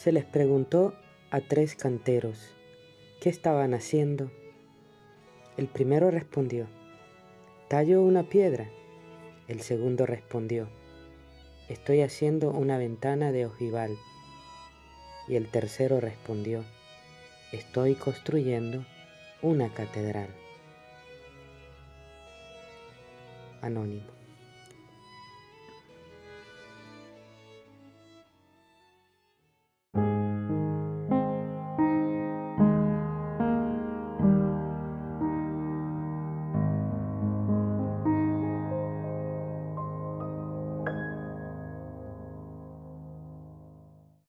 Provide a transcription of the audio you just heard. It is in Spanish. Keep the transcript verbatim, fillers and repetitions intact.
Se les preguntó a tres canteros qué estaban haciendo. El primero respondió: tallo una piedra. El segundo respondió: estoy haciendo una ventana de ojival. Y el tercero respondió: estoy construyendo una catedral. Anónimo.